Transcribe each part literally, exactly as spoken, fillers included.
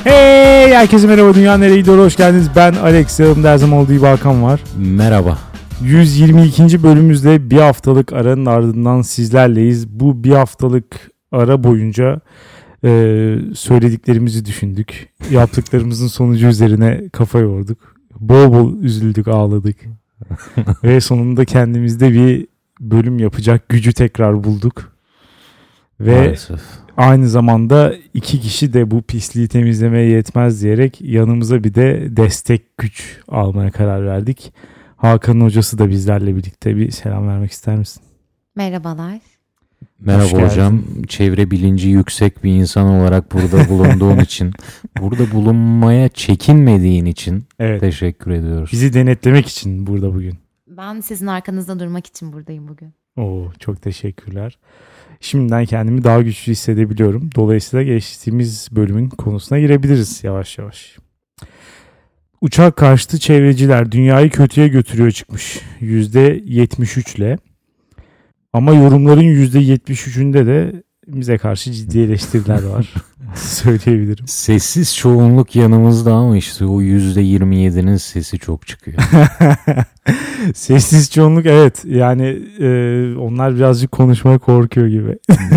Hey herkese merhaba, Dünya Nereye Gidiyor, hoş geldiniz. Ben Alex, yanımda her zaman olduğu gibi Hakan var. Merhaba. yüz yirmi ikinci bölümümüzde bir haftalık aranın ardından sizlerleyiz. Bu bir haftalık ara boyunca e, söylediklerimizi düşündük. Yaptıklarımızın sonucu üzerine kafa yorduk. Bol bol üzüldük, ağladık. Ve sonunda kendimizde bir bölüm yapacak gücü tekrar bulduk. Ve Maalesef. Aynı zamanda iki kişi de bu pisliği temizlemeye yetmez diyerek yanımıza bir de destek güç almaya karar verdik. Hakan'ın hocası da bizlerle birlikte. Bir selam vermek ister misin? Merhabalar. Merhaba hocam. Çevre bilinci yüksek bir insan olarak burada bulunduğun için, burada bulunmaya çekinmediğin için evet, teşekkür ediyoruz. Bizi denetlemek için burada bugün. Ben sizin arkanızda durmak için buradayım bugün. Oo, çok teşekkürler. Şimdiden kendimi daha güçlü hissedebiliyorum. Dolayısıyla geçtiğimiz bölümün konusuna girebiliriz yavaş yavaş. Uçak karşıtı çevreciler dünyayı kötüye götürüyor çıkmış yüzde yetmiş üç ile. Ama yorumların yüzde yetmiş üçünde de bize karşı ciddi eleştiriler var. Söyleyebilirim. Sessiz çoğunluk yanımızda ama işte o yüzde yirmi yedinin sesi çok çıkıyor. Sessiz çoğunluk, evet. Yani e, onlar birazcık konuşmaya korkuyor gibi.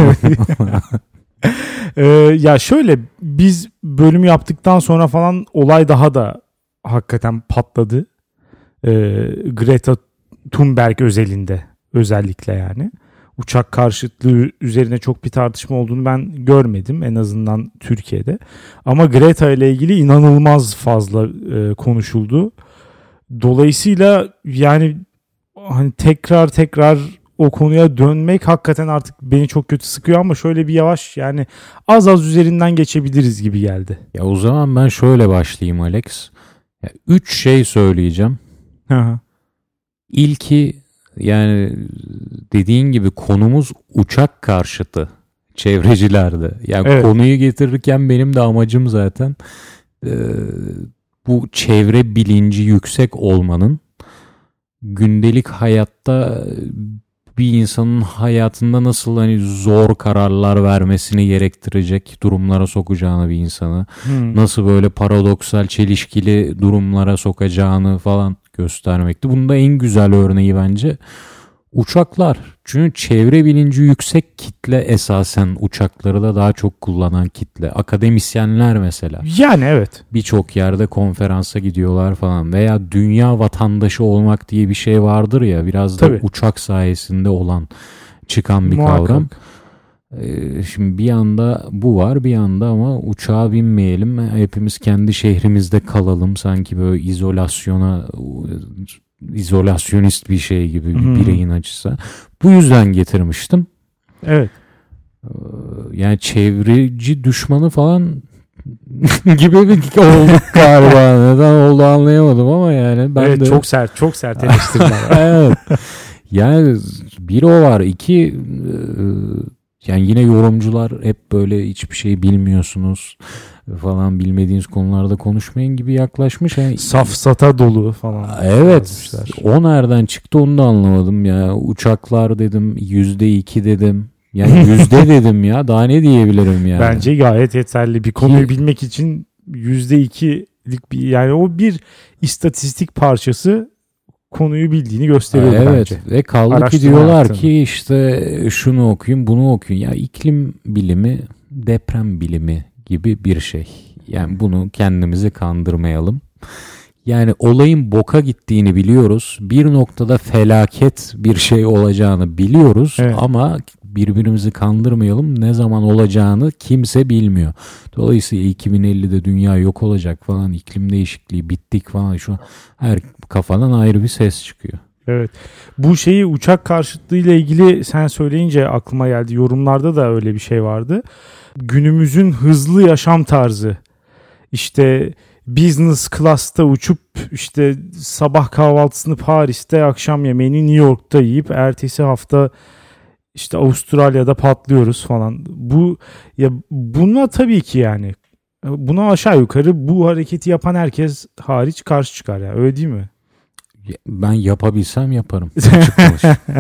e, ya şöyle, biz bölüm yaptıktan sonra falan olay daha da hakikaten patladı. E, Greta Thunberg özelinde özellikle yani. Uçak karşıtlığı üzerine çok bir tartışma olduğunu ben görmedim, en azından Türkiye'de. Ama Greta ile ilgili inanılmaz fazla e, konuşuldu. Dolayısıyla yani hani tekrar tekrar o konuya dönmek hakikaten artık beni çok kötü sıkıyor, ama şöyle bir yavaş yani az az üzerinden geçebiliriz gibi geldi. Ya o zaman ben şöyle başlayayım Alex. Ya, üç şey söyleyeceğim. Hı hı. İlki, yani dediğin gibi konumuz uçak karşıtı çevrecilerde. Yani evet, konuyu getirirken benim de amacım zaten e, bu çevre bilinci yüksek olmanın gündelik hayatta bir insanın hayatında nasıl hani zor kararlar vermesini gerektirecek durumlara sokacağını, bir insanı hmm. nasıl böyle paradoksal, çelişkili durumlara sokacağını falan göstermekti. Bunun da en güzel örneği bence uçaklar. Çünkü çevre bilinci yüksek kitle esasen uçakları da daha çok kullanan kitle. Akademisyenler mesela. Yani evet. Birçok yerde konferansa gidiyorlar falan. Veya dünya vatandaşı olmak diye bir şey vardır ya, biraz da Tabii. uçak sayesinde olan, çıkan bir Muhakkak. kavram. Ee, şimdi bir yanda bu var, bir yanda ama uçağa binmeyelim, hepimiz kendi şehrimizde kalalım, sanki böyle izolasyona, izolasyonist bir şey gibi bir hmm. bireyin açısı. Bu yüzden getirmiştim. Evet. Yani çevreci düşmanı falan gibi bir olduk galiba. Neden oldu anlayamadım ama yani ben evet, de çok sert, çok sert eleştiriler. Evet. Yani bir o var, iki yani yine yorumcular hep böyle hiçbir şey bilmiyorsunuz falan, bilmediğiniz konularda konuşmayın gibi yaklaşmış. Yani, safsata dolu falan. Evet. O nereden çıktı onu da anlamadım ya. Uçaklar dedim, yüzde iki dedim. Yani yüzde dedim ya. Daha ne diyebilirim yani. Bence gayet yeterli. Bir konuyu Ki, bilmek için yüzde ikilik bir, yani o bir istatistik parçası konuyu bildiğini gösteriyor evet, bence. Evet, ve kaldı ki diyorlar yaptığını. ki işte şunu okuyun, bunu okuyun. Ya iklim bilimi, deprem bilimi gibi bir şey. Yani bunu kendimizi kandırmayalım. Yani olayın boka gittiğini biliyoruz. Bir noktada felaket bir şey olacağını biliyoruz. Evet. Ama birbirimizi kandırmayalım. Ne zaman olacağını kimse bilmiyor. Dolayısıyla iki bin ellide dünya yok olacak falan, iklim değişikliği bittik falan, şu an her kafadan ayrı bir ses çıkıyor. Evet. Bu şeyi, uçak karşıtlığı ile ilgili sen söyleyince aklıma geldi. Yorumlarda da öyle bir şey vardı. Günümüzün hızlı yaşam tarzı. İşte business class'ta uçup işte sabah kahvaltısını Paris'te, akşam yemeğini New York'ta yiyip ertesi hafta işte Avustralya'da patlıyoruz falan. Bu ya, buna tabii ki yani buna aşağı yukarı bu hareketi yapan herkes hariç karşı çıkar ya. Öyle değil mi? Ben yapabilsem yaparım.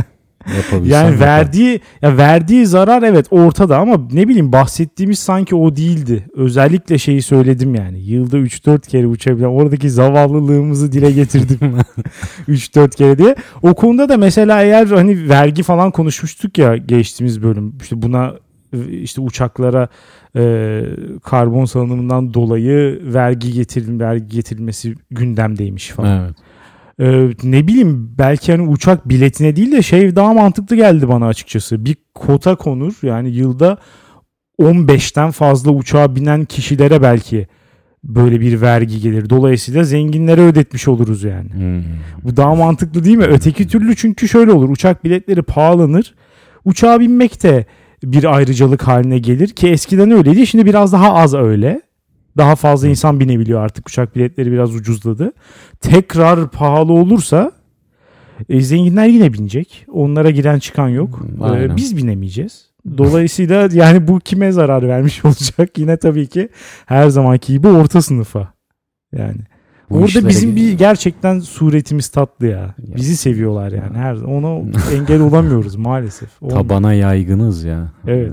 Yani verdiği ya verdiği zarar evet ortada ama ne bileyim bahsettiğimiz sanki o değildi. Özellikle şeyi söyledim yani. Yılda üç dört kere uçabilen oradaki zavallılığımızı dile getirdim. üç dört kere diye. O konuda da mesela eğer hani vergi falan konuşmuştuk ya geçtiğimiz bölüm. İşte buna işte uçaklara e, karbon salınımından dolayı vergi getirilmesi, vergi getirilmesi gündemdeymiş falan. Evet. Ee, ne bileyim belki hani uçak biletine değil de şey daha mantıklı geldi bana açıkçası. Bir kota konur yani yılda on beşten fazla uçağa binen kişilere belki böyle bir vergi gelir. Dolayısıyla zenginlere ödetmiş oluruz yani. Hmm. Bu daha mantıklı değil mi? Öteki türlü çünkü şöyle olur. Uçak biletleri pahalanır. Uçağa binmek de bir ayrıcalık haline gelir ki eskiden öyleydi. Şimdi biraz daha az öyle. Daha fazla insan binebiliyor artık. Uçak biletleri biraz ucuzladı. Tekrar pahalı olursa e, zenginler yine binecek. Onlara giren çıkan yok. E, biz binemeyeceğiz. Dolayısıyla yani bu kime zarar vermiş olacak? Yine tabii ki her zamanki gibi orta sınıfa. Yani bu orada bizim bir gerçekten suretimiz tatlı ya. Bizi seviyorlar yani. Her ona engel olamıyoruz maalesef. Tabana yaygınız ya. Evet.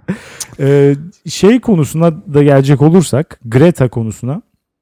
Ee, şey konusuna da gelecek olursak Greta konusuna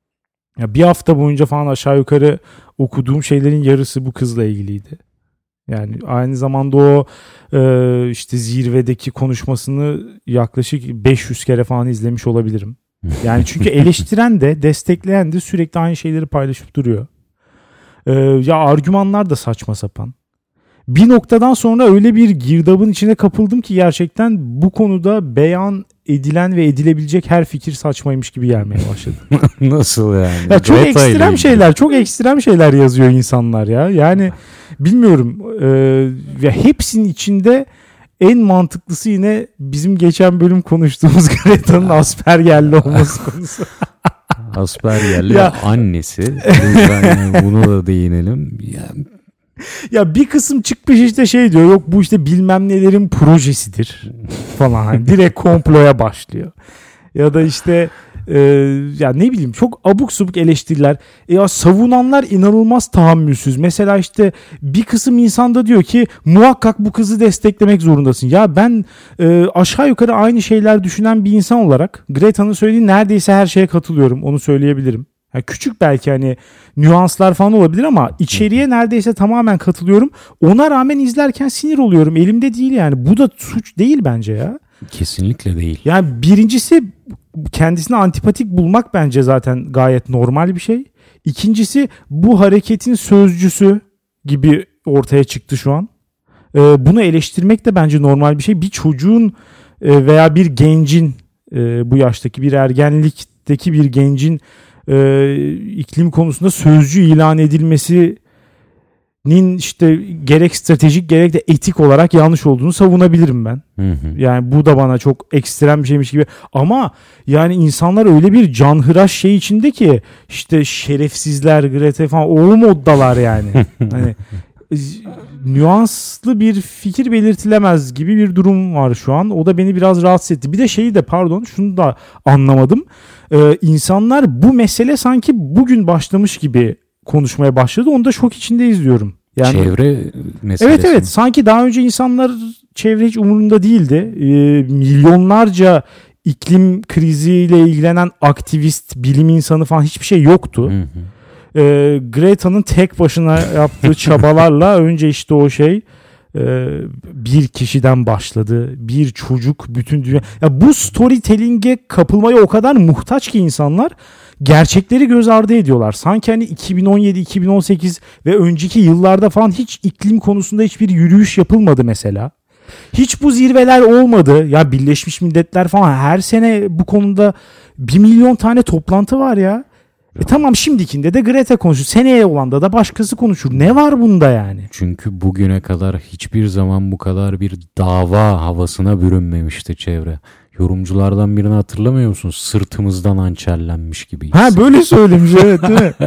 ya bir hafta boyunca falan aşağı yukarı okuduğum şeylerin yarısı bu kızla ilgiliydi. Yani aynı zamanda o e, işte zirvedeki konuşmasını yaklaşık beş yüz kere falan izlemiş olabilirim. Yani çünkü eleştiren de destekleyen de sürekli aynı şeyleri paylaşıp duruyor. Ee, ya argümanlar da saçma sapan. Bir noktadan sonra öyle bir girdabın içine kapıldım ki gerçekten bu konuda beyan edilen ve edilebilecek her fikir saçmaymış gibi gelmeye başladı. Nasıl yani? Ya çok Greta ekstrem şeyler, çok ekstrem şeyler yazıyor insanlar ya. Yani bilmiyorum. E, ve hepsinin içinde en mantıklısı yine bizim geçen bölüm konuştuğumuz Greta'nın Asperger'li olması konusu. Asperger'li ve annesi. Yani bunu da değinelim. Yani ya bir kısım çıkmış işte şey diyor yok bu işte bilmem nelerin projesidir falan hani direkt komploya başlıyor. Ya da işte e, ya ne bileyim çok abuk subuk eleştiriler. E ya savunanlar inanılmaz tahammülsüz. Mesela işte bir kısım insan da diyor ki muhakkak bu kızı desteklemek zorundasın. Ya ben e, aşağı yukarı aynı şeyler düşünen bir insan olarak Greta'nın söylediği neredeyse her şeye katılıyorum. Onu söyleyebilirim. Yani küçük belki hani nüanslar falan olabilir ama içeriğe neredeyse tamamen katılıyorum. Ona rağmen izlerken sinir oluyorum. Elimde değil yani. Bu da suç değil bence ya. Kesinlikle değil. Yani birincisi kendisine antipatik bulmak bence zaten gayet normal bir şey. İkincisi bu hareketin sözcüsü gibi ortaya çıktı şu an. Ee, bunu eleştirmek de bence normal bir şey. Bir çocuğun e, veya bir gencin e, bu yaştaki bir ergenlikteki bir gencin e, iklim konusunda sözcü ilan edilmesinin işte gerek stratejik gerek de etik olarak yanlış olduğunu savunabilirim ben. Hı hı. Yani bu da bana çok ekstrem bir şeymiş gibi. Ama yani insanlar öyle bir canhıraş şey içinde ki işte şerefsizler, Greta falan o moddalar yani. Hani nüanslı bir fikir belirtilemez gibi bir durum var şu an. O da beni biraz rahatsız etti. Bir de şeyi de pardon şunu da anlamadım. Ee, insanlar bu mesele sanki bugün başlamış gibi konuşmaya başladı. Onu da şok içinde izliyorum. Yani, çevre meselesi. Evet evet sanki daha önce insanlar çevre hiç umurunda değildi. Ee, milyonlarca iklim kriziyle ilgilenen aktivist, bilim insanı falan hiçbir şey yoktu. Hı hı. Ee, Greta'nın tek başına yaptığı çabalarla önce işte o şey e, bir kişiden başladı. Bir çocuk bütün dünya. Ya bu storytelling'e kapılmaya o kadar muhtaç ki insanlar gerçekleri göz ardı ediyorlar. Sanki hani iki bin on yedi iki bin on sekiz ve önceki yıllarda falan hiç iklim konusunda hiçbir yürüyüş yapılmadı mesela. Hiç bu zirveler olmadı. Ya Birleşmiş Milletler falan her sene bu konuda bir milyon tane toplantı var ya. E tamam şimdikinde de Greta konuşur. Seneye olanda da başkası konuşur. Ne var bunda yani? Çünkü bugüne kadar hiçbir zaman bu kadar bir dava havasına bürünmemişti çevre. Yorumculardan birini hatırlamıyor musun? Sırtımızdan hançerlenmiş gibiyiz. Ha böyle söylemiş evet değil mi?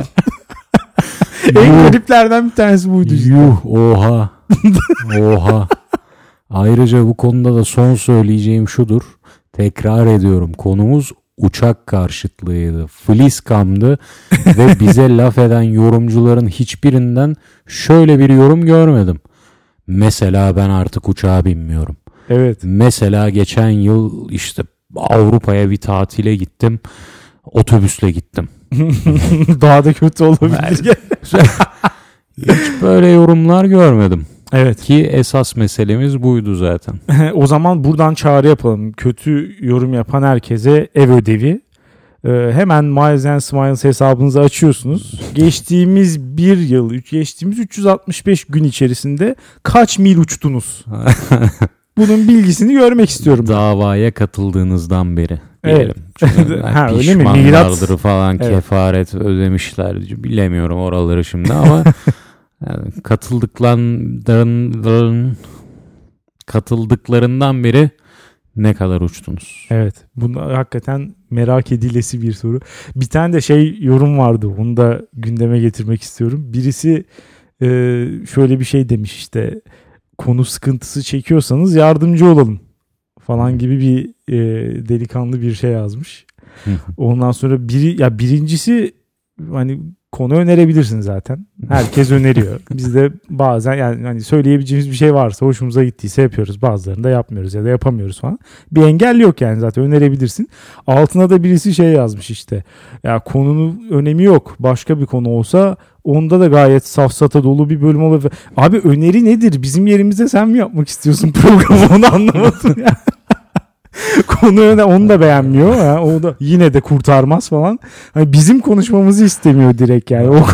En gariplerden bir tanesi buydu. Yuh oha. Oha. Ayrıca bu konuda da son söyleyeceğim şudur. Tekrar ediyorum konumuz uçak karşıtlığıydı. Fliskam'dı ve bize laf eden yorumcuların hiçbirinden şöyle bir yorum görmedim. Mesela ben artık uçağa binmiyorum. Evet. Mesela geçen yıl işte Avrupa'ya bir tatile gittim. Otobüsle gittim. Daha da kötü olabilir. Hiç böyle yorumlar görmedim. Evet. Ki esas meselemiz buydu zaten. O zaman buradan çağrı yapalım. Kötü yorum yapan herkese ev ödevi. Ee, hemen Miles and Smiles hesabınızı açıyorsunuz. Geçtiğimiz bir yıl, geçtiğimiz üç yüz altmış beş gün içerisinde kaç mil uçtunuz? Bunun bilgisini görmek istiyorum. Davaya katıldığınızdan beri. Evet. Ha, öyle mi? Mirat falan evet. Kefaret ödemişler. Bilemiyorum oraları şimdi ama yani katıldıklarından katıldıklarından beri ne kadar uçtunuz? Evet. Bu hakikaten merak edilesi bir soru. Bir tane de şey yorum vardı. Onu da gündeme getirmek istiyorum. Birisi e, şöyle bir şey demiş işte, konu sıkıntısı çekiyorsanız yardımcı olalım falan gibi bir e, delikanlı bir şey yazmış. Ondan sonra biri, ya birincisi hani konu önerebilirsin zaten. Herkes öneriyor. Biz de bazen yani hani söyleyebileceğimiz bir şey varsa, hoşumuza gittiyse yapıyoruz. Bazılarını da yapmıyoruz ya da yapamıyoruz falan. Bir engel yok yani, zaten önerebilirsin. Altına da birisi şey yazmış işte. Ya konunun önemi yok. Başka bir konu olsa onda da gayet safsata dolu bir bölüm olur. Abi öneri nedir? Bizim yerimizde sen mi yapmak istiyorsun programı? Onu anlamadım ya. Konu öne, onu da beğenmiyor. Ha, o da yine de kurtarmaz falan. Hani bizim konuşmamızı istemiyor direkt yani. O,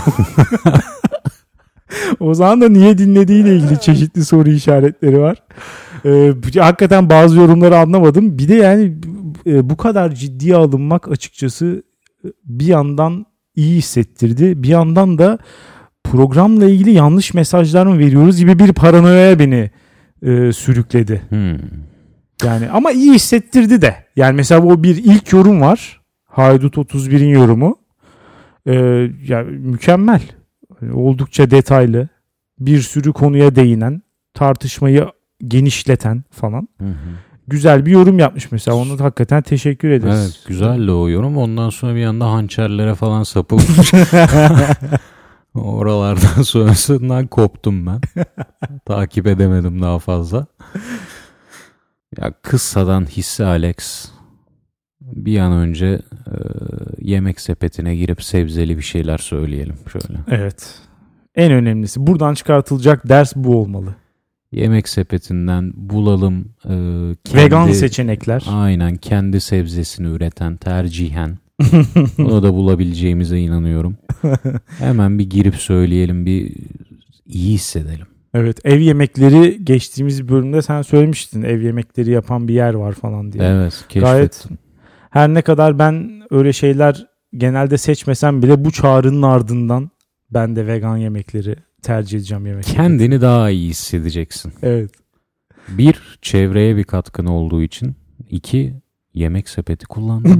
o zaman da niye dinlediğiyle ilgili çeşitli soru işaretleri var. Ee, hakikaten bazı yorumları anlamadım. Bir de yani e, bu kadar ciddiye alınmak açıkçası bir yandan iyi hissettirdi. Bir yandan da programla ilgili yanlış mesajlar mı veriyoruz gibi bir paranoyaya beni e, sürükledi. Hmm. Yani ama iyi hissettirdi de. Yani mesela o bir ilk yorum var. Haydut otuz birin yorumu. Ee, yani mükemmel. Oldukça detaylı. Bir sürü konuya değinen, tartışmayı genişleten falan. Hı hı. Güzel bir yorum yapmış mesela. Ona da hakikaten teşekkür ederiz. Evet, güzeldi o yorum. Ondan sonra bir anda hançerlere falan sapılmış. Oralardan sonrasından koptum ben. Takip edemedim daha fazla. Ya kıssadan hisse Alex, bir an önce e, yemek sepetine girip sebzeli bir şeyler söyleyelim şöyle. Evet. En önemlisi buradan çıkartılacak ders bu olmalı. Yemek sepetinden bulalım e, kendi, vegan seçenekler. Aynen, kendi sebzesini üreten, tercihen. Onu da bulabileceğimize inanıyorum. Hemen bir girip söyleyelim, bir iyi hissedelim. Evet, ev yemekleri geçtiğimiz bölümde sen söylemiştin, ev yemekleri yapan bir yer var falan diye. Evet, keşfettim. Gayet, her ne kadar ben öyle şeyler genelde seçmesem bile bu çağrının ardından ben de vegan yemekleri tercih edeceğim yemek. Kendini yemekleri daha iyi hissedeceksin. Evet. Bir, çevreye bir katkın olduğu için. İki, yemek sepeti kullandım.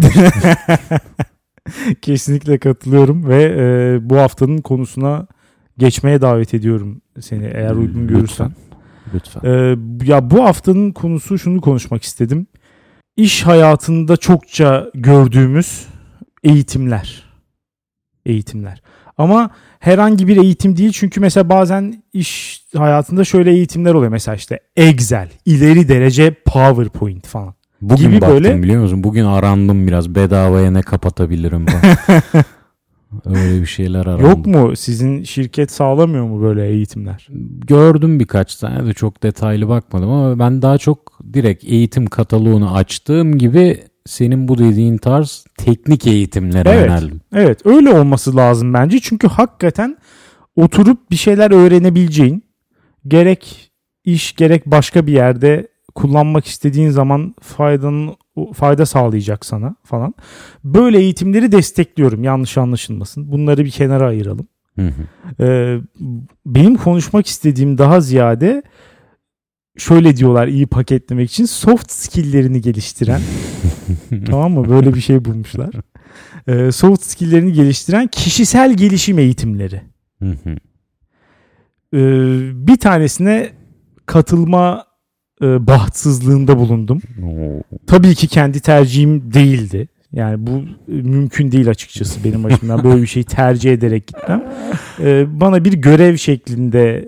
Kesinlikle katılıyorum ve e, bu haftanın konusuna geçmeye davet ediyorum seni, eğer uygun görürsen. Lütfen. Ee, ya bu haftanın konusu, şunu konuşmak istedim. İş hayatında çokça gördüğümüz eğitimler. Eğitimler. Ama herhangi bir eğitim değil, çünkü mesela bazen iş hayatında şöyle eğitimler oluyor. Mesela işte Excel, ileri derece PowerPoint falan. Bugün gibi baktım böyle... biliyor musun? Bugün arandım biraz, bedavaya ne kapatabilirim falan. Öyle bir şeyler arandım. Yok mu? Sizin şirket sağlamıyor mu böyle eğitimler? Gördüm birkaç tane de, çok detaylı bakmadım ama ben daha çok direkt eğitim kataloğunu açtığım gibi senin bu dediğin tarz teknik eğitimlere evet, yöneldim. Evet, öyle olması lazım bence. Çünkü hakikaten oturup bir şeyler öğrenebileceğin, gerek iş gerek başka bir yerde kullanmak istediğin zaman faydanın fayda sağlayacak sana falan. Böyle eğitimleri destekliyorum, yanlış anlaşılmasın. Bunları bir kenara ayıralım. Hı hı. Ee, benim konuşmak istediğim daha ziyade, şöyle diyorlar iyi paketlemek için, soft skill'lerini geliştiren tamam mı? Böyle bir şey bulmuşlar. Ee, soft skill'lerini geliştiren kişisel gelişim eğitimleri. Hı hı. Ee, bir tanesine katılma e, bahtsızlığında bulundum. Oo. Tabii ki kendi tercihim değildi. Yani bu e, mümkün değil açıkçası benim açımdan. Böyle bir şeyi tercih ederek gitmem. Ee, bana bir görev şeklinde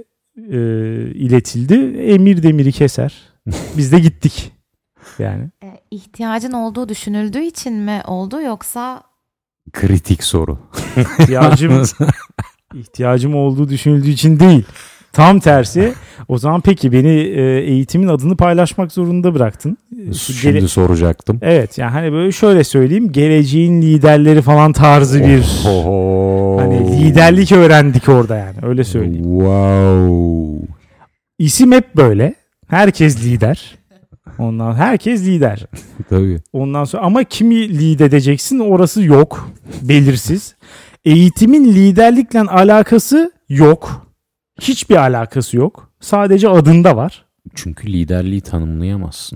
e, iletildi. Emir demiri keser. Biz de gittik. Yani. E, ihtiyacın olduğu düşünüldüğü için mi oldu yoksa? Kritik soru. İhtiyacım, ihtiyacım olduğu düşünüldüğü için değil. Tam tersi. O zaman peki beni e, eğitimin adını paylaşmak zorunda bıraktın. Şimdi Gele- soracaktım. Evet yani hani böyle şöyle söyleyeyim. Geleceğin liderleri falan tarzı bir Oho. hani liderlik öğrendik orada yani. Öyle söyleyeyim. Wow. İsim hep böyle. Herkes lider. Ondan herkes lider. Tabii. Ondan sonra ama kimi lead edeceksin orası yok. Belirsiz. Eğitimin liderlikle alakası yok. Hiçbir alakası yok. Sadece adında var. Çünkü liderliği tanımlayamazsın.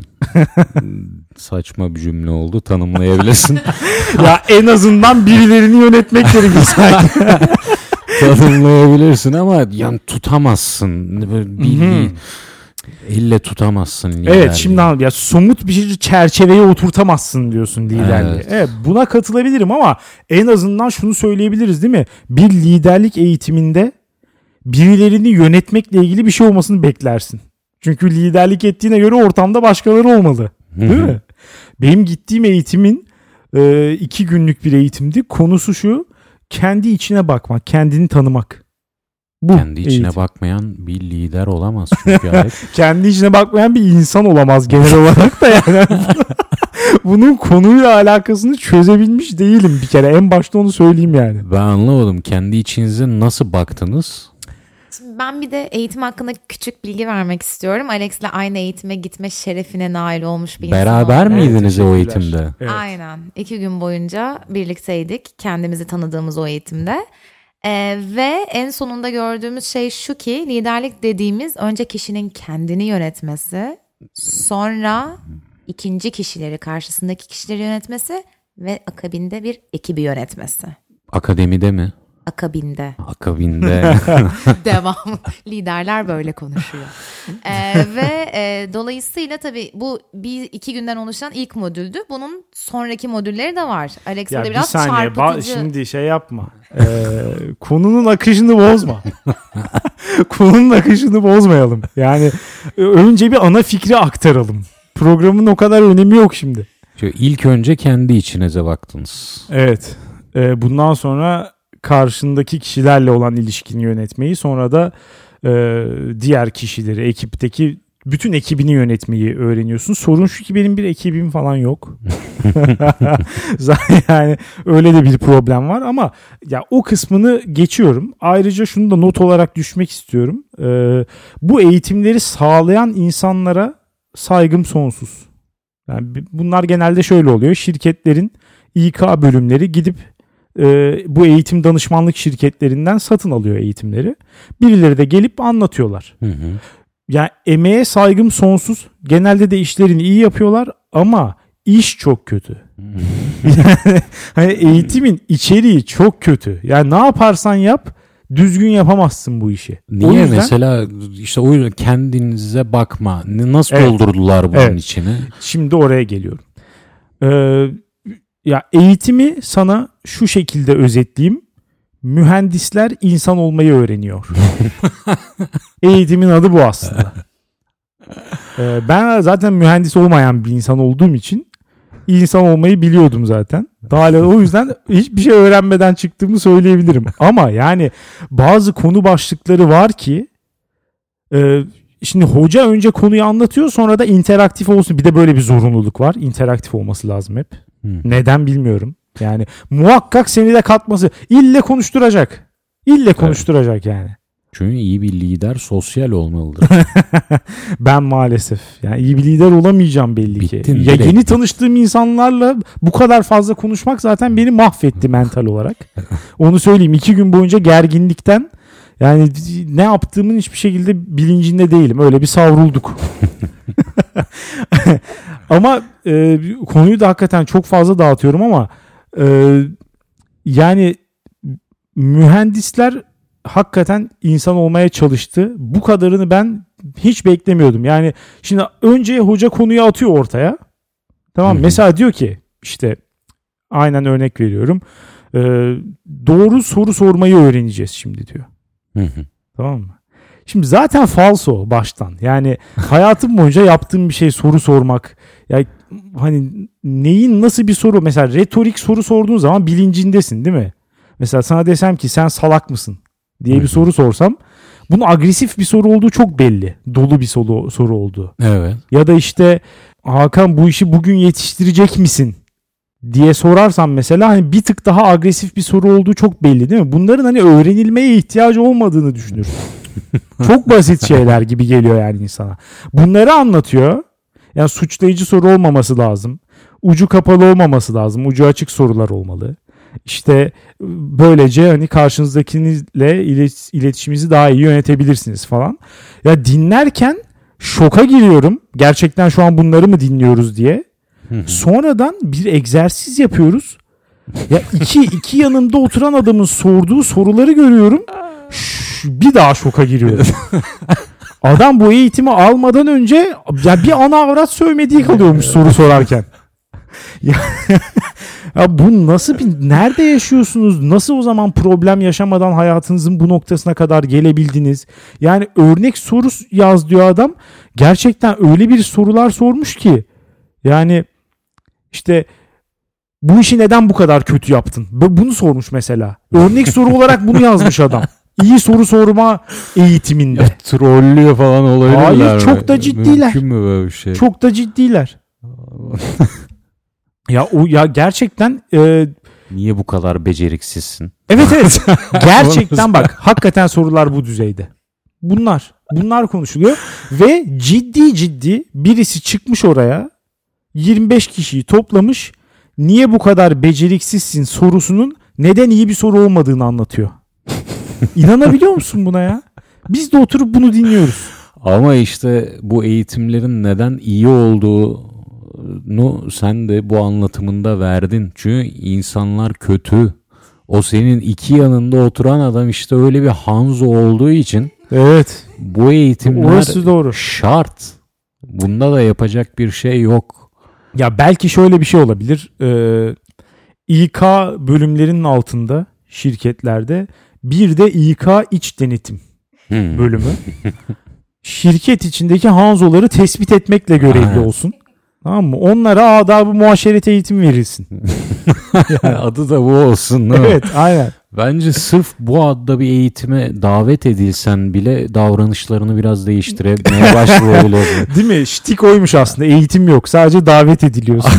Saçma bir cümle oldu. Tanımlayabilirsin. Ya en azından birilerini yönetmek gerekir sanki. Tanımlayabilirsin ama yani tutamazsın. Böyle bir elle tutamazsın liderliği. Evet şimdi anladım. Ya somut bir şey çerçeveye oturtamazsın diyorsun liderliği. Evet. Evet, buna katılabilirim ama en azından şunu söyleyebiliriz değil mi? Bir liderlik eğitiminde birilerini yönetmekle ilgili bir şey olmasını beklersin. Çünkü liderlik ettiğine göre ortamda başkaları olmalı. Değil mi? Benim gittiğim eğitimin e, iki günlük bir eğitimdi. Konusu şu: kendi içine bakmak, kendini tanımak. Bu kendi içine eğitim. Bakmayan bir lider olamaz çünkü. Kendi içine bakmayan bir insan olamaz genel olarak da yani. Bunun konuyla alakasını çözebilmiş değilim bir kere. En başta onu söyleyeyim yani. Ben anlamadım. Kendi içinize nasıl baktınız? Şimdi ben bir de eğitim hakkında küçük bilgi vermek istiyorum. Alex'le aynı eğitime gitme şerefine nail olmuş bir insan Beraber olarak. miydiniz o eğitimde? Evet. Aynen. İki gün boyunca birlikteydik. Kendimizi tanıdığımız o eğitimde. Ee, ve en sonunda gördüğümüz şey şu ki liderlik dediğimiz önce kişinin kendini yönetmesi, sonra ikinci kişileri, karşısındaki kişileri yönetmesi ve akabinde bir ekibi yönetmesi. Akademide mi? Akabinde. Akabinde. Devam. Liderler böyle konuşuyor. Ee, ve e, dolayısıyla tabii bu bir iki günden oluşan ilk modüldü. Bunun sonraki modülleri de var. Alex Ya böyle bir biraz saniye çarpıtıcı. ba- şimdi şey yapma. Ee, konunun akışını bozma. Konunun akışını bozmayalım. Yani önce bir ana fikri aktaralım. Programın o kadar önemi yok şimdi. Şöyle ilk önce kendi içinize baktınız. Evet. Ee, bundan sonra karşındaki kişilerle olan ilişkini yönetmeyi, sonra da e, diğer kişileri, ekipteki bütün ekibini yönetmeyi öğreniyorsun. Sorun şu ki benim bir ekibim falan yok. Yani öyle de bir problem var ama ya o kısmını geçiyorum. Ayrıca şunu da not olarak düşmek istiyorum. Ee, bu eğitimleri sağlayan insanlara saygım sonsuz. Yani bunlar genelde şöyle oluyor. Şirketlerin İK bölümleri gidip e, bu eğitim danışmanlık şirketlerinden satın alıyor eğitimleri. Birileri de gelip anlatıyorlar. Hı hı. Yani emeğe saygım sonsuz. Genelde de işlerini iyi yapıyorlar ama iş çok kötü. Yani hani eğitimin içeriği çok kötü. Yani ne yaparsan yap düzgün yapamazsın bu işi. Niye o yüzden, mesela işte o yüzden kendinize bakma. Nasıl evet, doldurdular bunun evet. içini? Şimdi oraya geliyorum. Ee, ya eğitimi sana şu şekilde özetleyeyim. Mühendisler insan olmayı öğreniyor. Eğitimin adı bu aslında. Ee, ben zaten mühendis olmayan bir insan olduğum için insan olmayı biliyordum zaten. Daha o yüzden hiçbir şey öğrenmeden çıktığımı söyleyebilirim. Ama yani bazı konu başlıkları var ki e, şimdi hoca önce konuyu anlatıyor, sonra da interaktif olsun. Bir de böyle bir zorunluluk var. İnteraktif olması lazım hep. Hmm. Neden bilmiyorum. Yani muhakkak seni de katması. İlle konuşturacak. İlle konuşturacak evet. Yani. Çünkü iyi bir lider sosyal olmalıdır. Ben maalesef. Yani iyi bir lider olamayacağım belli Bittin, ki. Ya direkt. yeni tanıştığım insanlarla bu kadar fazla konuşmak zaten beni mahvetti mental olarak. Onu söyleyeyim. İki gün boyunca gerginlikten yani ne yaptığımın hiçbir şekilde bilincinde değilim. Öyle bir savrulduk. Ama e, konuyu da hakikaten çok fazla dağıtıyorum ama e, yani mühendisler hakikaten insan olmaya çalıştı. Bu kadarını ben hiç beklemiyordum. Yani şimdi önce hoca konuyu atıyor ortaya. Tamam mı? Mesela diyor ki işte aynen örnek veriyorum. E, doğru soru sormayı öğreneceğiz şimdi diyor. Hı hı. Tamam mı? Şimdi zaten falso baştan. Yani hayatım boyunca yaptığım bir şey soru sormak. Ya hani neyin nasıl bir soru? Mesela retorik soru sorduğun zaman bilincindesin değil mi? Mesela sana desem ki sen salak mısın diye bir soru sorsam bunun agresif bir soru olduğu çok belli. Dolu bir soru, soru olduğu. Evet. Ya da işte Hakan bu işi bugün yetiştirecek misin diye sorarsam mesela hani bir tık daha agresif bir soru olduğu çok belli değil mi? Bunların hani öğrenilmeye ihtiyacı olmadığını düşünürsün. Çok basit şeyler gibi geliyor yani insana. Bunları anlatıyor. Yani suçlayıcı soru olmaması lazım. Ucu kapalı olmaması lazım. Ucu açık sorular olmalı. İşte böylece hani karşınızdakiyle iletişiminizi daha iyi yönetebilirsiniz falan. Ya dinlerken şoka giriyorum. Gerçekten şu an bunları mı dinliyoruz diye. Sonradan bir egzersiz yapıyoruz. Ya iki iki yanımda oturan adamın sorduğu soruları görüyorum. Şş, bir daha şoka giriyorum. Adam bu eğitimi almadan önce ya bir ana avrat sövmediği kalıyormuş soru sorarken. Ya, ya bu nasıl bir nerede yaşıyorsunuz? Nasıl o zaman problem yaşamadan hayatınızın bu noktasına kadar gelebildiniz? Yani örnek soru yaz diyor adam. Gerçekten öyle bir sorular sormuş ki yani işte bu işi neden bu kadar kötü yaptın? Bunu sormuş mesela. Örnek soru olarak bunu yazmış adam. İyi soru sorma eğitiminde. Ya, trollüyor falan olabilirler. Hayır, çok da ciddiler. Mümkün mü böyle bir şey? Çok da ciddiler. Ya o ya gerçekten e, niye bu kadar beceriksizsin? Evet evet. Gerçekten bak hakikaten sorular bu düzeyde. Bunlar. Bunlar konuşuluyor ve ciddi ciddi birisi çıkmış oraya yirmi beş kişiyi toplamış. Niye bu kadar beceriksizsin sorusunun neden iyi bir soru olmadığını anlatıyor. İnanabiliyor musun buna ya? Biz de oturup bunu dinliyoruz. Ama işte bu eğitimlerin neden iyi olduğunu sen de bu anlatımında verdin. Çünkü insanlar kötü. O senin iki yanında oturan adam işte öyle bir Hanzo olduğu için evet. Bu eğitimler orası doğru. Şart. Bunda da yapacak bir şey yok. Ya belki şöyle bir şey olabilir. Ee, İK bölümlerinin altında şirketlerde bir de İK iç denetim hmm. bölümü. Şirket içindeki Hanzoları tespit etmekle görevli olsun. Tamam mı? Onlara adab-ı muaşeret eğitim verilsin. Yani adı da bu olsun. Evet, aynen. Bence sırf bu adda bir eğitime davet edilsen bile davranışlarını biraz değiştirmeye başlayabilir. Değil mi? Ştik oymuş aslında. Eğitim yok. Sadece davet ediliyorsun.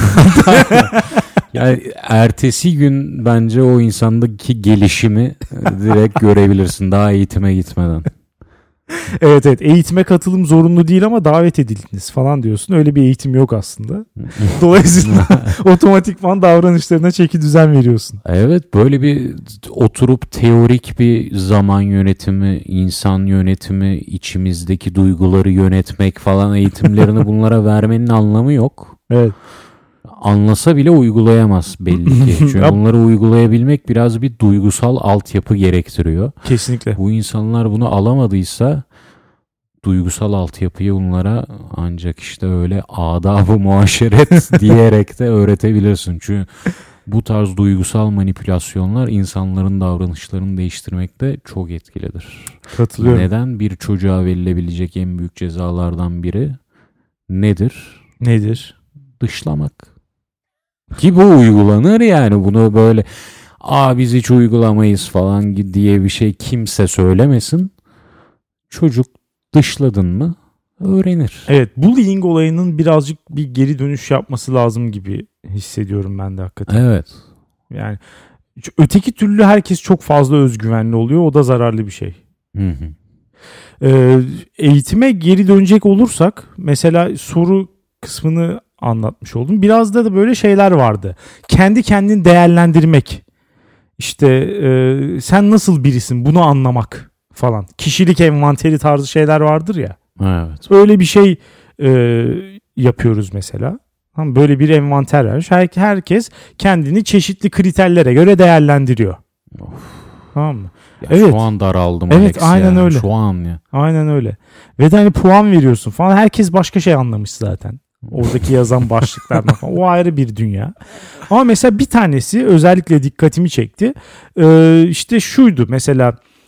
Yani ertesi gün bence o insandaki gelişimi direkt görebilirsin daha eğitime gitmeden. Evet evet, eğitime katılım zorunlu değil ama davet edildiniz falan diyorsun. Öyle bir eğitim yok aslında. Dolayısıyla otomatikman davranışlarına çeki düzen veriyorsun. Evet, böyle bir oturup teorik bir zaman yönetimi, insan yönetimi, içimizdeki duyguları yönetmek falan eğitimlerini bunlara vermenin anlamı yok. Evet. Anlasa bile uygulayamaz belli ki. Çünkü bunları uygulayabilmek biraz bir duygusal altyapı gerektiriyor. Kesinlikle. Bu insanlar bunu alamadıysa duygusal altyapıyı onlara ancak işte öyle adab-ı muaşeret diyerek de öğretebilirsin. Çünkü bu tarz duygusal manipülasyonlar insanların davranışlarını değiştirmekte çok etkilidir. Katılıyorum. Neden? Bir çocuğa verilebilecek en büyük cezalardan biri nedir? Nedir? Dışlamak. Ki bu uygulanır yani, bunu böyle aa biz hiç uygulamayız falan diye bir şey kimse söylemesin. Çocuk dışladın mı öğrenir. Evet, bullying olayının birazcık bir geri dönüş yapması lazım gibi hissediyorum ben de hakikaten. Evet. Yani öteki türlü herkes çok fazla özgüvenli oluyor, o da zararlı bir şey. Hı hı. Ee, eğitime geri dönecek olursak mesela soru kısmını anlatmış oldum. Biraz da da böyle şeyler vardı. Kendi kendini değerlendirmek. İşte e, sen nasıl birisin bunu anlamak falan. Kişilik envanteri tarzı şeyler vardır ya. Evet. Öyle bir şey e, yapıyoruz mesela. Böyle bir envanter var. Her, herkes kendini çeşitli kriterlere göre değerlendiriyor. Of. Tamam mı? Ya evet. Şu an daraldım. Evet, Alex aynen ya. öyle. Şu an ya. Aynen öyle. Ve de hani puan veriyorsun falan. Herkes başka şey anlamış zaten. Oradaki yazan başlıklardan falan. O ayrı bir dünya. Ama mesela bir tanesi özellikle dikkatimi çekti. Ee, işte şuydu mesela,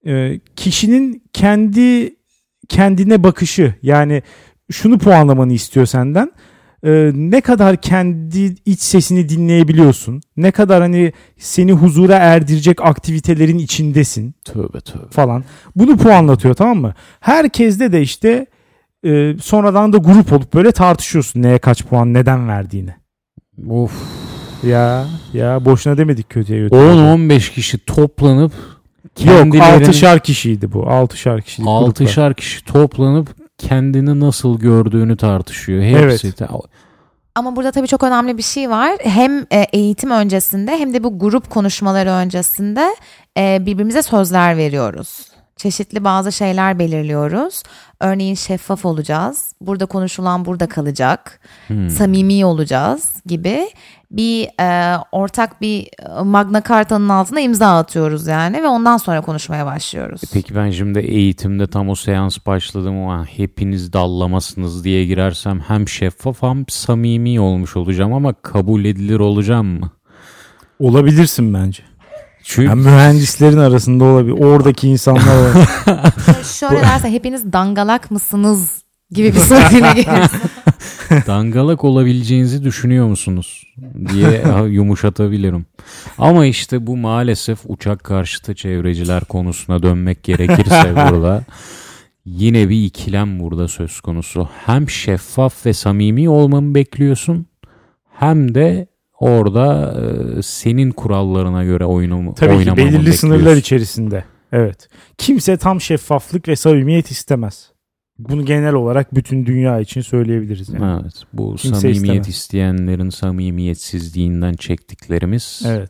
e, kişinin kendi kendine bakışı, yani şunu puanlamanı istiyor senden. E, ne kadar kendi iç sesini dinleyebiliyorsun? Ne kadar hani seni huzura erdirecek aktivitelerin içindesin? Tövbe tövbe. Falan. Bunu puanlatıyor, tamam mı? Herkeste de işte e, sonradan da grup olup böyle tartışıyorsun neye kaç puan, neden verdiğini. Of. Ya ya boşuna demedik kötüye. on on beş kişi toplanıp Yok, altışar kişiydi bu. altışar kişilik gruplar. altışar kişi toplanıp kendini nasıl gördüğünü tartışıyor. Hepsi. Evet. Ama burada tabii çok önemli bir şey var. Hem eğitim öncesinde hem de bu grup konuşmaları öncesinde birbirimize sözler veriyoruz. Çeşitli bazı şeyler belirliyoruz. Örneğin şeffaf olacağız. Burada konuşulan burada kalacak. Hmm. Samimi olacağız gibi bir e, ortak bir Magna Carta'nın altına imza atıyoruz yani ve ondan sonra konuşmaya başlıyoruz. Peki ben şimdi eğitimde tam o seans başladım ama hepiniz dallamasınız diye girersem hem şeffaf hem samimi olmuş olacağım ama kabul edilir olacağım mı? Olabilirsin bence. Çünkü yani mühendislerin arasında olabilir. Oradaki insanlar şöyle derse hepiniz dangalak mısınız gibi bir soruyla gelirsin. Dangalak olabileceğinizi düşünüyor musunuz diye yumuşatabilirim. Ama işte bu maalesef uçak karşıtı çevreciler konusuna dönmek gerekirse burada yine bir ikilem burada söz konusu. Hem şeffaf ve samimi olmamı bekliyorsun hem de orada e, senin kurallarına göre oyunu tabii oynamamı ki belirli bekliyorsun. Sınırlar içerisinde. Evet. Kimse tam şeffaflık ve samimiyet istemez. Bunu genel olarak bütün dünya için söyleyebiliriz. Yani. Evet. Bu Kimse samimiyet istemez. isteyenlerin samimiyetsizliğinden çektiklerimiz. Evet.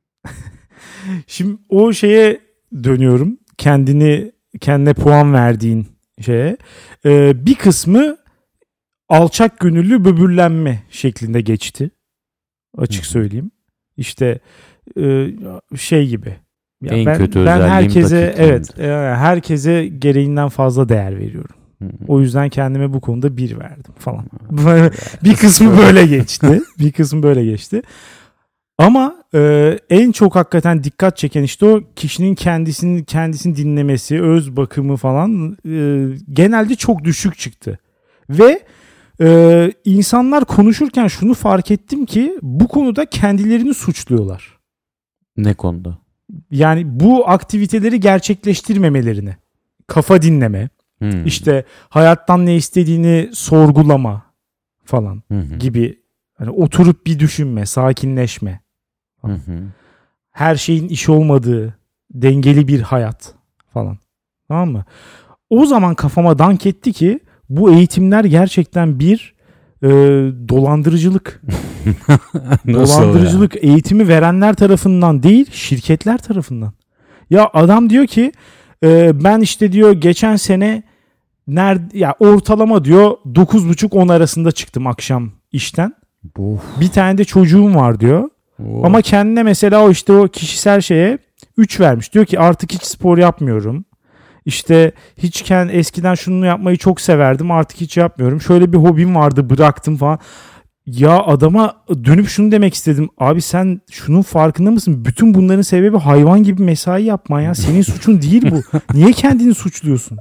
Şimdi o şeye dönüyorum. Kendini kendine puan verdiğin şeye. Ee, bir kısmı alçak gönüllü böbürlenme şeklinde geçti. Açık söyleyeyim. İşte e, şey gibi. Ya en ben, kötü ben özelliğim herkese dakikliğimdir. evet e, herkese gereğinden fazla değer veriyorum. Hı-hı. O yüzden kendime bu konuda bir verdim falan. Bir kısmı böyle geçti. Bir kısmı böyle geçti. Ama e, en çok hakikaten dikkat çeken işte o kişinin kendisini kendisini dinlemesi, öz bakımı falan e, genelde çok düşük çıktı. Ve e, insanlar konuşurken şunu fark ettim ki bu konuda kendilerini suçluyorlar. Ne konuda? Yani bu aktiviteleri gerçekleştirmemelerini, kafa dinleme, hmm. işte hayattan ne istediğini sorgulama falan hmm. gibi, hani oturup bir düşünme, sakinleşme, hmm. her şeyin iş olmadığı dengeli bir hayat falan, tamam mı? O zaman kafama dank etti ki bu eğitimler gerçekten bir e, dolandırıcılık. Dolandırıcılık ya? Eğitimi verenler tarafından değil, şirketler tarafından. Ya adam diyor ki e, ben işte diyor geçen sene nerede ya ortalama diyor dokuz buçuk on arasında çıktım akşam işten. Of. Bir tane de çocuğum var diyor. Of. Ama kendine mesela o işte o kişisel şeye üç vermiş. Diyor ki artık hiç spor yapmıyorum. İşte hiç eskiden şunu yapmayı çok severdim, artık hiç yapmıyorum. Şöyle bir hobim vardı, bıraktım falan. Ya adama dönüp şunu demek istedim. Abi sen şunun farkında mısın? Bütün bunların sebebi hayvan gibi mesai yapman ya. Senin suçun değil bu. Niye kendini suçluyorsun?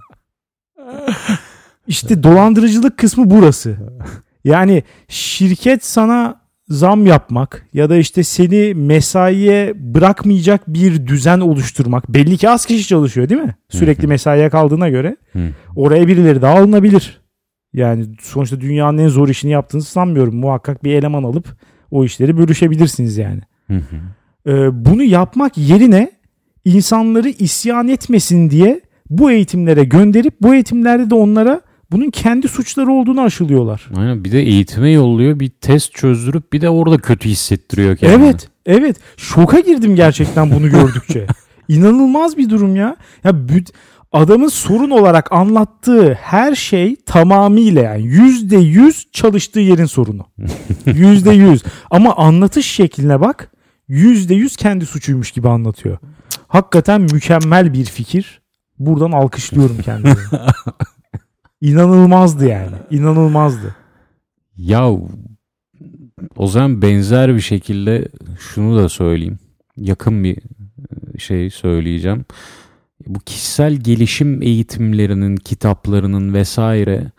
İşte dolandırıcılık kısmı burası. Yani şirket sana zam yapmak ya da işte seni mesaiye bırakmayacak bir düzen oluşturmak. Belli ki az kişi çalışıyor değil mi? Sürekli mesaiye kaldığına göre oraya birileri daha alınabilir. Yani sonuçta dünyanın en zor işini yaptığınızı sanmıyorum. Muhakkak bir eleman alıp o işleri bölüşebilirsiniz yani. Ee, bunu yapmak yerine insanları isyan etmesin diye bu eğitimlere gönderip bu eğitimlerde de onlara bunun kendi suçları olduğunu aşılıyorlar. Aynen, bir de eğitime yolluyor, bir test çözdürüp bir de orada kötü hissettiriyor kendini. Evet, evet. Şoka girdim gerçekten bunu gördükçe. İnanılmaz bir durum ya. Ya adamın sorun olarak anlattığı her şey tamamıyla yani yüzde yüz çalıştığı yerin sorunu. Yüzde yüz. Ama anlatış şekline bak, yüzde yüz kendi suçuymuş gibi anlatıyor. Hakikaten mükemmel bir fikir. Buradan alkışlıyorum kendimi. İnanılmazdı yani. İnanılmazdı. Ya o zaman benzer bir şekilde şunu da söyleyeyim. Yakın bir şey söyleyeceğim. bu kişisel gelişim eğitimlerinin, kitaplarının vesaire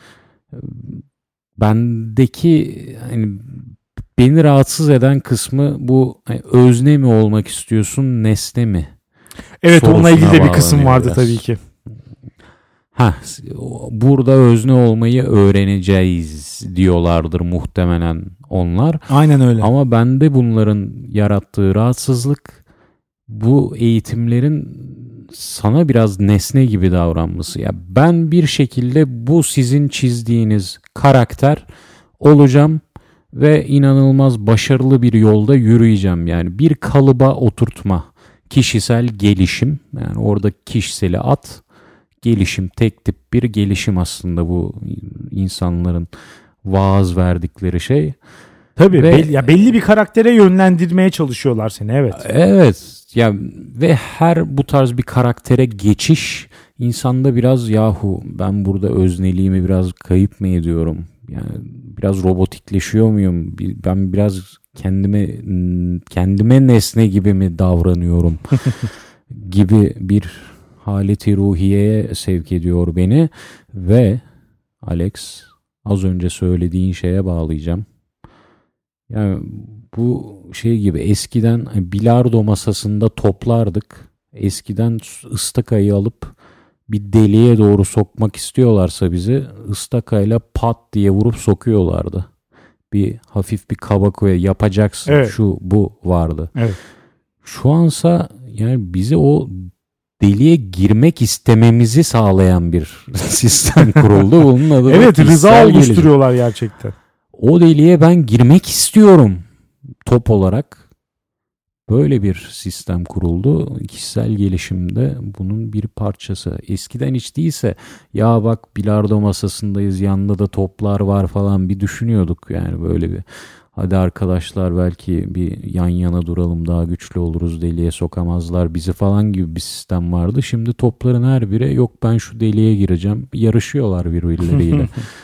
bendeki hani beni rahatsız eden kısmı bu, hani özne mi olmak istiyorsun, nesne mi? Evet, onunla ilgili de bir kısım vardı biraz. Tabii ki. Ha, burada özne olmayı öğreneceğiz diyorlardır muhtemelen onlar. Aynen öyle. Ama bende bunların yarattığı rahatsızlık, bu eğitimlerin sana biraz nesne gibi davranması. Ya ben bir şekilde bu sizin çizdiğiniz karakter olacağım ve inanılmaz başarılı bir yolda yürüyeceğim. Yani bir kalıba oturtma, kişisel gelişim. Yani orada kişiseli at, gelişim, tek tip bir gelişim aslında bu insanların vaaz verdikleri şey. Tabii ve, belli, ya belli bir karaktere yönlendirmeye çalışıyorlar seni, evet. Evet. Ya ve her bu tarz bir karaktere geçiş insanda biraz, yahu ben burada özneliğimi biraz kayıp mı ediyorum? Yani biraz robotikleşiyor muyum? Ben biraz kendime kendime nesne gibi mi davranıyorum? gibi bir haleti ruhiyeye sevk ediyor beni ve Alex, az önce söylediğin şeye bağlayacağım. Yani bu şey gibi, eskiden bilardo masasında toplardık. Eskiden ıstakayı alıp bir deliğe doğru sokmak istiyorlarsa bizi, ıstakayla pat diye vurup sokuyorlardı. Bir hafif bir kaba koya yapacaksın, evet. Şu bu vardı. Evet. Şu ansa yani bizi o deliğe girmek istememizi sağlayan bir sistem kuruldu. Bunun adı evet, rıza oluşturuyorlar gerçekten. O deliğe ben girmek istiyorum top olarak. Böyle bir sistem kuruldu. Kişisel gelişimde bunun bir parçası. Eskiden hiç değilse ya bak bilardo masasındayız, yanında da toplar var falan bir düşünüyorduk. Yani böyle bir, hadi arkadaşlar belki bir yan yana duralım, daha güçlü oluruz, deliğe sokamazlar bizi falan gibi bir sistem vardı. Şimdi topların her biri yok ben şu deliğe gireceğim. Yarışıyorlar birbirleriyle.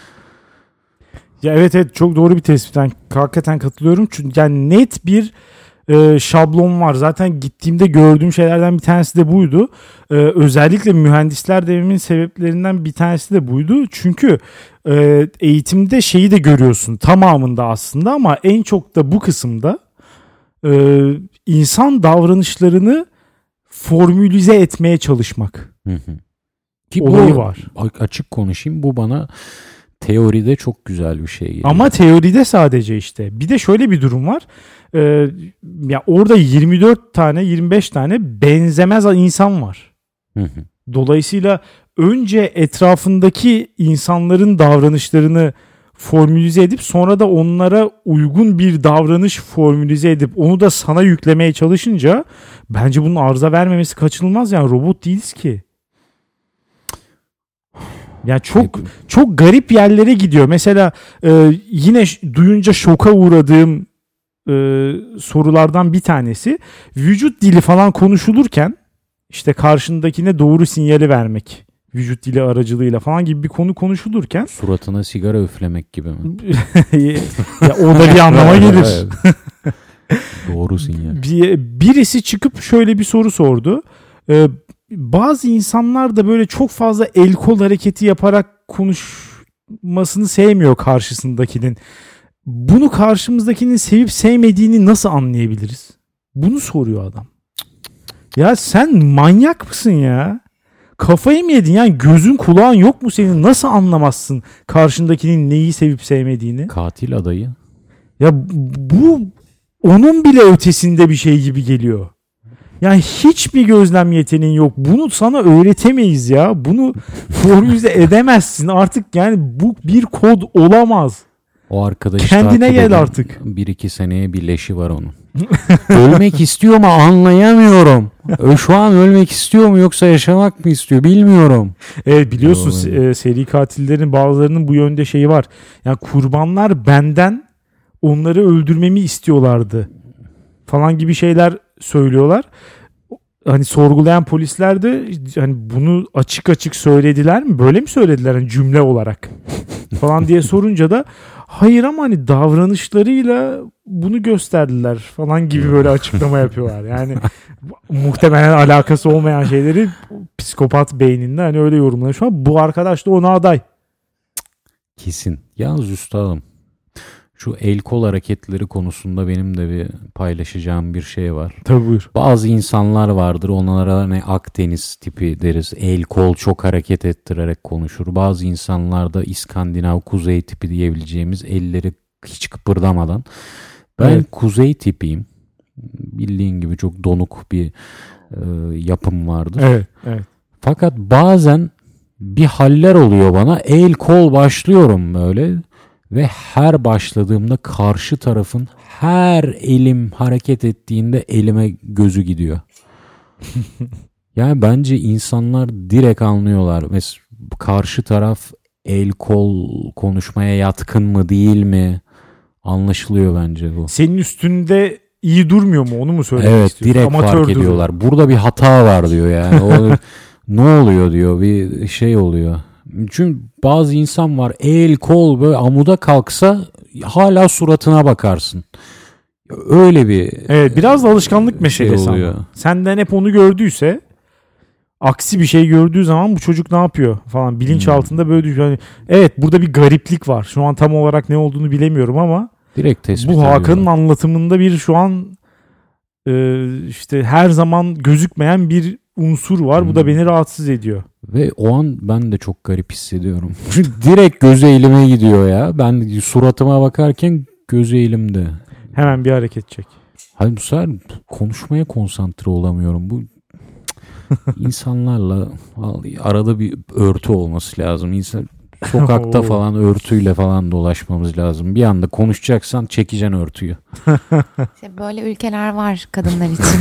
Ya evet evet, çok doğru bir tespit. Yani hakikaten katılıyorum. Çünkü yani net bir e, şablon var. Zaten gittiğimde gördüğüm şeylerden bir tanesi de buydu. E, özellikle mühendisler dememin sebeplerinden bir tanesi de buydu. Çünkü e, eğitimde şeyi de görüyorsun tamamında aslında, ama en çok da bu kısımda e, insan davranışlarını formülize etmeye çalışmak. Hı hı. Ki olayı bu, var. Açık konuşayım, bu bana teoride çok güzel bir şey geliyor. Ama teoride sadece işte. Bir de şöyle bir durum var. Ee, ya orada yirmi dört tane yirmi beş tane benzemez insan var. Hı hı. Dolayısıyla önce etrafındaki insanların davranışlarını formülize edip sonra da onlara uygun bir davranış formülize edip onu da sana yüklemeye çalışınca bence bunun arıza vermemesi kaçınılmaz. Yani robot değiliz ki. Yani çok çok garip yerlere gidiyor. Mesela e, yine duyunca şoka uğradığım e, sorulardan bir tanesi, vücut dili falan konuşulurken işte karşındakine doğru sinyali vermek, vücut dili aracılığıyla falan gibi bir konu konuşulurken suratına sigara üflemek gibi mi? Ya o da bir anlama gelir. Doğru sinyal. Bir, birisi çıkıp şöyle bir soru sordu. Ee, bazı insanlar da böyle çok fazla el kol hareketi yaparak konuşmasını sevmiyor karşısındakinin. Bunu karşımızdakinin sevip sevmediğini nasıl anlayabiliriz? Bunu soruyor adam. Ya sen manyak mısın ya? Kafayı mı yedin? Yani gözün kulağın yok mu senin? Nasıl anlamazsın karşındakinin neyi sevip sevmediğini? Katil adayı. Ya bu onun bile ötesinde bir şey gibi geliyor. Yani hiçbir gözlem yeteneğin yok. Bunu sana öğretemeyiz ya. Bunu formülize edemezsin. Artık yani bu bir kod olamaz. O arkadaş kendine gel artık. Bir iki seneye bir leşi var onun. Ölmek istiyor mu anlayamıyorum. Şu an ölmek istiyor mu yoksa yaşamak mı istiyor bilmiyorum. Evet, biliyorsun e, seri katillerin bazılarının bu yönde şeyi var. Yani kurbanlar benden onları öldürmemi istiyorlardı falan gibi şeyler söylüyorlar. Hani sorgulayan polisler de hani bunu açık açık söylediler mi? Böyle mi söylediler hani cümle olarak falan diye sorunca da hayır ama hani davranışlarıyla bunu gösterdiler falan gibi böyle açıklama yapıyorlar. Yani muhtemelen alakası olmayan şeyleri psikopat beyninde hani öyle yorumluyor. Şu an bu arkadaş da ona aday. Kesin. Yalnız üstadım, şu el kol hareketleri konusunda benim de bir paylaşacağım bir şey var. Tabii buyur. Bazı insanlar vardır, onlara ne Akdeniz tipi deriz. El kol çok hareket ettirerek konuşur. Bazı insanlar da İskandinav kuzey tipi diyebileceğimiz elleri hiç kıpırdamadan. Ben evet. kuzey tipiyim. Bildiğin gibi çok donuk bir e, yapım vardır. Evet, evet. Fakat bazen bir haller oluyor bana. El kol başlıyorum böyle. Ve her başladığımda karşı tarafın her elim hareket ettiğinde elime gözü gidiyor. Yani bence insanlar direkt anlıyorlar. Mesela karşı taraf el kol konuşmaya yatkın mı değil mi? Anlaşılıyor bence bu. Senin üstünde iyi durmuyor mu, onu mu söylemek evet, istiyorsun? Evet, direkt fark ediyorlar. Duruyor. Burada bir hata var diyor yani. O, ne oluyor diyor, bir şey oluyor. Çünkü bazı insan var, el kol böyle amuda kalksa hala suratına bakarsın. Öyle bir evet, biraz da alışkanlık meselesi şey oluyor. Ama. Senden hep onu gördüyse, aksi bir şey gördüğü zaman bu çocuk ne yapıyor falan bilinç hmm. altında böyle düşünüyor. Yani, evet, burada bir gariplik var. Şu an tam olarak ne olduğunu bilemiyorum ama direkt tespit bu Hakan'ın anlatımında bir şu an e, işte her zaman gözükmeyen bir unsur var. Hmm. Bu da beni rahatsız ediyor. Ve o an ben de çok garip hissediyorum. Direkt gözü elime gidiyor ya. Ben suratıma bakarken gözü elimde. Hemen bir hareket çek. Hayır, bu sefer konuşmaya konsantre olamıyorum. Bu insanlarla arada bir örtü olması lazım. İnsan sokakta falan örtüyle falan dolaşmamız lazım. Bir anda konuşacaksan çekeceksin örtüyü. İşte böyle ülkeler var kadınlar için.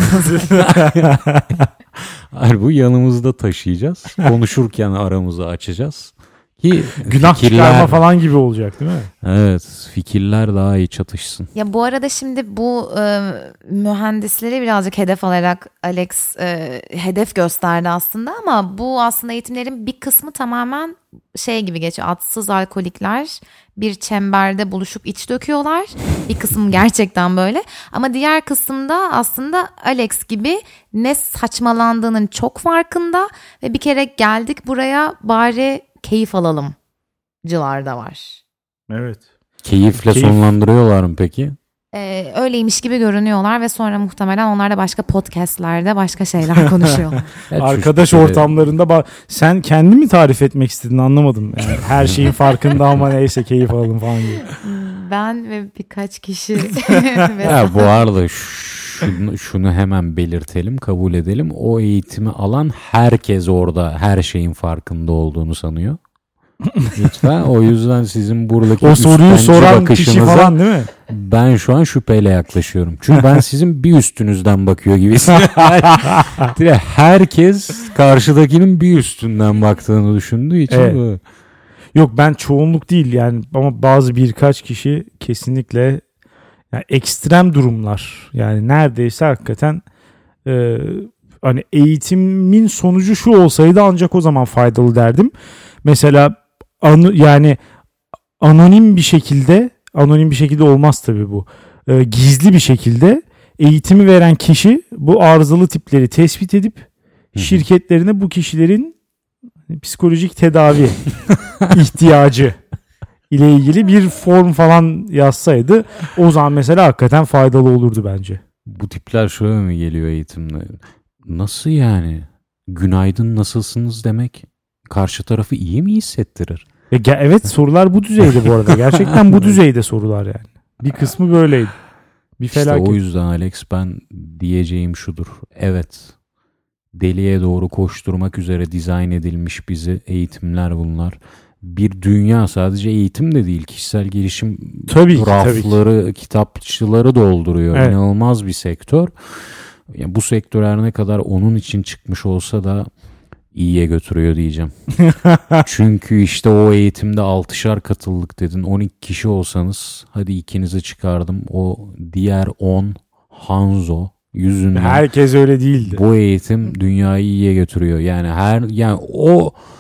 Hayır, bu yanımızda taşıyacağız. Konuşurken aramızı açacağız. Ki günah fikirler, çıkarma falan gibi olacak değil mi? Evet, fikirler daha iyi çatışsın. Ya bu arada şimdi bu e, mühendisleri birazcık hedef alarak Alex e, hedef gösterdi aslında, ama bu aslında eğitimlerin bir kısmı tamamen şey gibi geçiyor. Adsız alkolikler bir çemberde buluşup iç döküyorlar. Bir kısım gerçekten böyle. Ama diğer kısımda aslında Alex gibi ne saçmalandığının çok farkında ve bir kere geldik buraya bari keyif alalım cılar da var. Evet. Keyifle Keyif. sonlandırıyorlar mı peki? Ee, öyleymiş gibi görünüyorlar ve sonra muhtemelen onlar da başka podcastlerde başka şeyler konuşuyorlar. Arkadaş ortamlarında ba- sen kendi mi tarif etmek istedin, anlamadım. Yani her şeyin farkında ama neyse keyif alalım falan gibi. Ben ve birkaç kişi. Ya bu arada şunu, şunu hemen belirtelim, kabul edelim. O eğitimi alan herkes orada her şeyin farkında olduğunu sanıyor. Lütfen, o yüzden sizin buradaki o soruyu soran kişi falan değil mi? Ben şu an şüpheyle yaklaşıyorum. Çünkü ben sizin bir üstünüzden bakıyor gibisin. Herkes karşıdakinin bir üstünden baktığını düşündüğü için. Evet. Yok, ben çoğunluk değil yani, ama bazı birkaç kişi kesinlikle yani ekstrem durumlar. Yani neredeyse hakikaten e, hani eğitimin sonucu şu olsaydı ancak o zaman faydalı derdim. Mesela An, yani anonim bir şekilde, anonim bir şekilde olmaz tabii bu. E, gizli bir şekilde eğitimi veren kişi bu arızalı tipleri tespit edip Hı-hı. şirketlerine bu kişilerin psikolojik tedavi ihtiyacı ile ilgili bir form falan yazsaydı, o zaman mesela hakikaten faydalı olurdu bence. Bu tipler şöyle mi geliyor eğitimde? Nasıl yani? Günaydın, nasılsınız demek karşı tarafı iyi mi hissettirir? E, evet, sorular bu düzeyde bu arada. Gerçekten bu düzeyde sorular yani. Bir kısmı böyleydi. Bir felaket. İşte o yüzden Alex, ben diyeceğim şudur. Evet, deliye doğru koşturmak üzere dizayn edilmiş bizi eğitimler bunlar. Bir dünya, sadece eğitim de değil, kişisel gelişim tabii ki, rafları, tabii ki. kitapçıları dolduruyor. Evet. İnanılmaz bir sektör. Yani bu sektör her ne kadar onun için çıkmış olsa da iyiye götürüyor diyeceğim. Çünkü işte o eğitimde altışar katıldık dedin. on iki kişi olsanız hadi ikinizi çıkardım. O diğer on Hanzo yüzünden. Herkes öyle değildi. Bu eğitim dünyayı iyiye götürüyor. Yani her yani o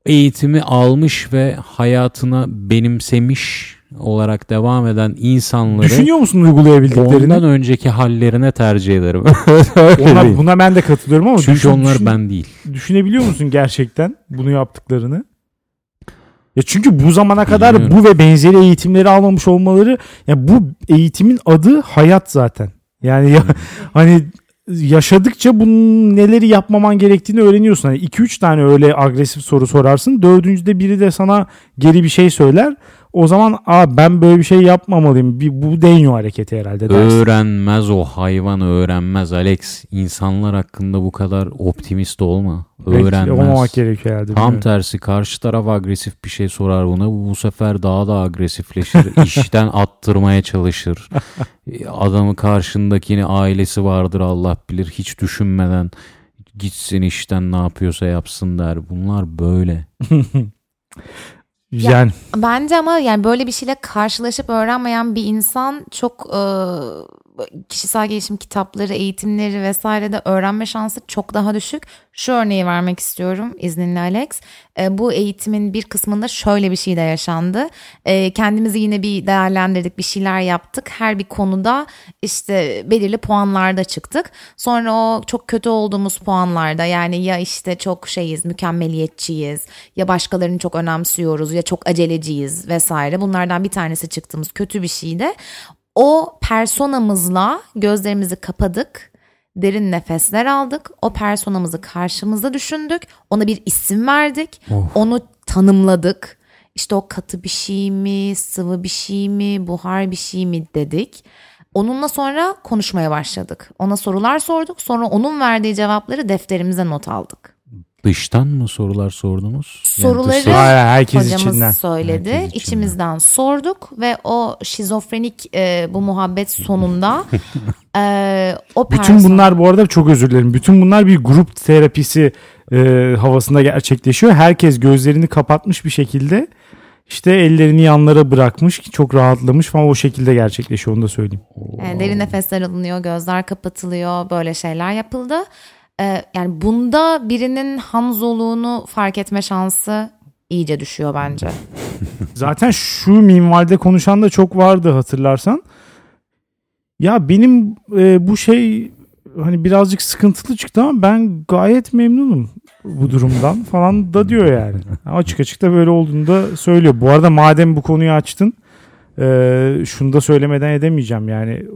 eğitimi almış ve hayatına benimsemiş olarak devam eden insanları düşünüyor musun uygulayabildiklerini? Ondan önceki hallerine tercih ederim. Ona, buna ben de katılıyorum ama çünkü düşün, onlar düşün, ben değil. Düşünebiliyor musun gerçekten bunu yaptıklarını? Ya çünkü bu zamana kadar Bilmiyorum. bu ve benzeri eğitimleri almamış olmaları, ya bu eğitimin adı hayat zaten. Yani ya, hani yaşadıkça bunun neleri yapmaman gerektiğini öğreniyorsun. Hani iki üç tane öyle agresif soru sorarsın. Dördüncüde biri de sana geri bir şey söyler. O zaman Aa, ben böyle bir şey yapmamalıyım. Bir, bu deniyor hareketi herhalde dersin. Öğrenmez o hayvan öğrenmez Alex. İnsanlar hakkında bu kadar optimist olma. Öğrenmez. Olmamak gerekiyor herhalde. Tam tersi karşı taraf agresif bir şey sorar buna. Bu, bu sefer daha da agresifleşir. İşten attırmaya çalışır. Adamı karşındakini ailesi vardır Allah bilir. Hiç düşünmeden gitsin işten ne yapıyorsa yapsın der. Bunlar böyle. Yani ya, bence ama yani böyle bir şeyle karşılaşıp öğrenmeyen bir insan çok e, kişisel gelişim kitapları, eğitimleri vesairede öğrenme şansı çok daha düşük. Şu örneği vermek istiyorum izninle Alex. E, bu eğitimin bir kısmında şöyle bir şey de yaşandı. E, kendimizi yine bir değerlendirdik, bir şeyler yaptık. Her bir konuda işte belirli puanlarda çıktık. Sonra o çok kötü olduğumuz puanlarda, yani ya işte çok şeyiz, mükemmeliyetçiyiz, ya başkalarını çok önemsiyoruz, ya çok aceleciyiz vesaire. Bunlardan bir tanesi çıktığımız kötü bir şeydi. O personamızla gözlerimizi kapadık, derin nefesler aldık, o personamızı karşımızda düşündük, ona bir isim verdik, oh. onu tanımladık. İşte o katı bir şey mi, sıvı bir şey mi, buhar bir şey mi dedik. Onunla sonra konuşmaya başladık. Ona sorular sorduk, sonra onun verdiği cevapları defterimize not aldık. Dıştan mı sorular sordunuz? Soruları yani herkes hocamız içinden. söyledi. Herkes içinden. İçimizden sorduk ve o şizofrenik e, bu muhabbet sonunda e, o bütün person- bunlar bu arada çok özür dilerim. Bütün bunlar bir grup terapisi e, havasında gerçekleşiyor. Herkes gözlerini kapatmış bir şekilde, işte ellerini yanlara bırakmış, çok rahatlamış falan, o şekilde gerçekleşiyor, onu da söyleyeyim. Yani derin nefesler alınıyor, gözler kapatılıyor, böyle şeyler yapıldı. Ee, yani bunda birinin Hanzoluğunu fark etme şansı iyice düşüyor bence. Zaten şu minvalde konuşan da çok vardı hatırlarsan. Ya benim e, bu şey hani birazcık sıkıntılı çıktı ama ben gayet memnunum bu durumdan falan da diyor yani. Açık açık da böyle olduğunu da söylüyor. Bu arada madem bu konuyu açtın, e, şunu da söylemeden edemeyeceğim yani.